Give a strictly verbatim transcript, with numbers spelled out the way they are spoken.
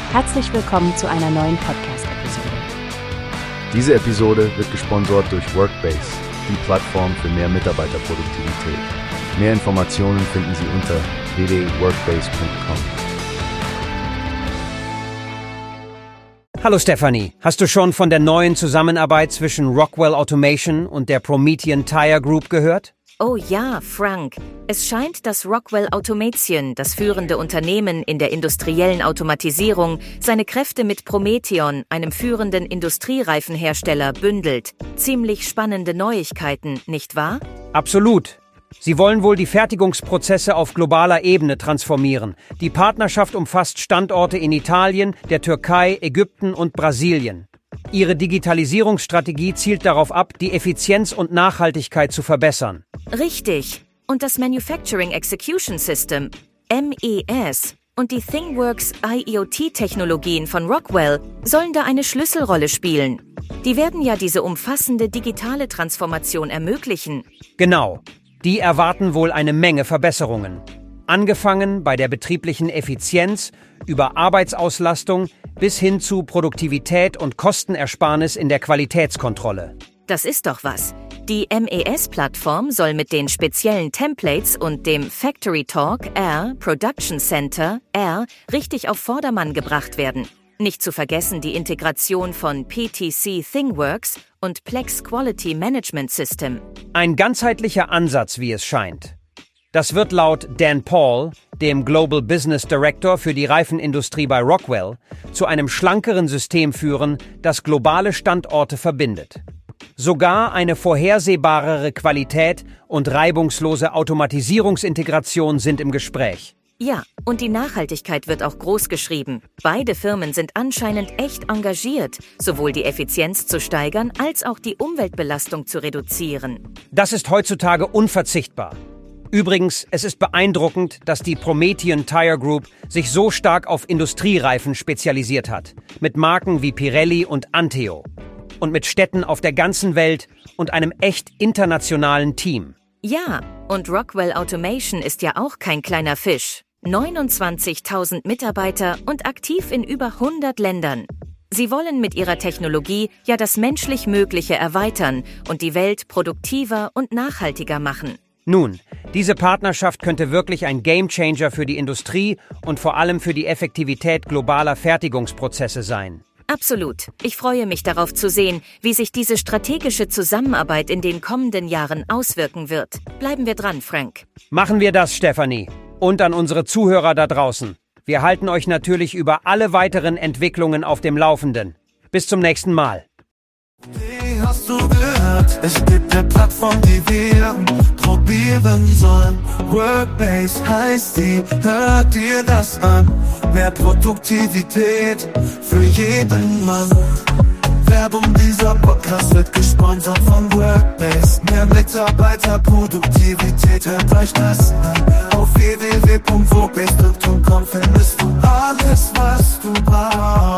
Herzlich willkommen zu einer neuen Podcast-Episode. Diese Episode wird gesponsert durch Workbase, die Plattform für mehr Mitarbeiterproduktivität. Mehr Informationen finden Sie unter w w w punkt workbase punkt com. Hallo Stefanie, hast du schon von der neuen Zusammenarbeit zwischen Rockwell Automation und der Promethean Tire Group gehört? Oh ja, Frank. Es scheint, dass Rockwell Automation, das führende Unternehmen in der industriellen Automatisierung, seine Kräfte mit Prometheon, einem führenden Industriereifenhersteller, bündelt. Ziemlich spannende Neuigkeiten, nicht wahr? Absolut. Sie wollen wohl die Fertigungsprozesse auf globaler Ebene transformieren. Die Partnerschaft umfasst Standorte in Italien, der Türkei, Ägypten und Brasilien. Ihre Digitalisierungsstrategie zielt darauf ab, die Effizienz und Nachhaltigkeit zu verbessern. Richtig. Und das Manufacturing Execution System, M E S, und die ThingWorx I O T-Technologien von Rockwell sollen da eine Schlüsselrolle spielen. Die werden ja diese umfassende digitale Transformation ermöglichen. Genau. Die erwarten wohl eine Menge Verbesserungen. Angefangen bei der betrieblichen Effizienz, über Arbeitsauslastung bis hin zu Produktivität und Kostenersparnis in der Qualitätskontrolle. Das ist doch was. Die M E S-Plattform soll mit den speziellen Templates und dem Factory Talk R, Production Center R, richtig auf Vordermann gebracht werden. Nicht zu vergessen die Integration von P T C ThingWorx und Plex Quality Management System. Ein ganzheitlicher Ansatz, wie es scheint. Das wird laut Dan Paul, dem Global Business Director für die Reifenindustrie bei Rockwell, zu einem schlankeren System führen, das globale Standorte verbindet. Sogar eine vorhersehbarere Qualität und reibungslose Automatisierungsintegration sind im Gespräch. Ja, und die Nachhaltigkeit wird auch groß geschrieben. Beide Firmen sind anscheinend echt engagiert, sowohl die Effizienz zu steigern, als auch die Umweltbelastung zu reduzieren. Das ist heutzutage unverzichtbar. Übrigens, es ist beeindruckend, dass die Promethean Tire Group sich so stark auf Industriereifen spezialisiert hat, mit Marken wie Pirelli und Anteo und mit Städten auf der ganzen Welt und einem echt internationalen Team. Ja, und Rockwell Automation ist ja auch kein kleiner Fisch. neunundzwanzigtausend Mitarbeiter und aktiv in über hundert Ländern. Sie wollen mit ihrer Technologie ja das menschlich Mögliche erweitern und die Welt produktiver und nachhaltiger machen. Nun, diese Partnerschaft könnte wirklich ein Gamechanger für die Industrie und vor allem für die Effektivität globaler Fertigungsprozesse sein. Absolut. Ich freue mich darauf zu sehen, wie sich diese strategische Zusammenarbeit in den kommenden Jahren auswirken wird. Bleiben wir dran, Frank. Machen wir das, Stefanie. Und an unsere Zuhörer da draußen. Wir halten euch natürlich über alle weiteren Entwicklungen auf dem Laufenden. Bis zum nächsten Mal. Wie hast du gehört? Es gibt eine Plattform, die wir probieren sollen. Workbase heißt die, hört dir das an. Mehr Produktivität für jeden Mann. Werbung, dieser Podcast wird gesponsert von Workbase. Mehr Mitarbeiterproduktivität, hört euch das an. Auf w w w punkt workbase punkt com findest du alles, was du brauchst.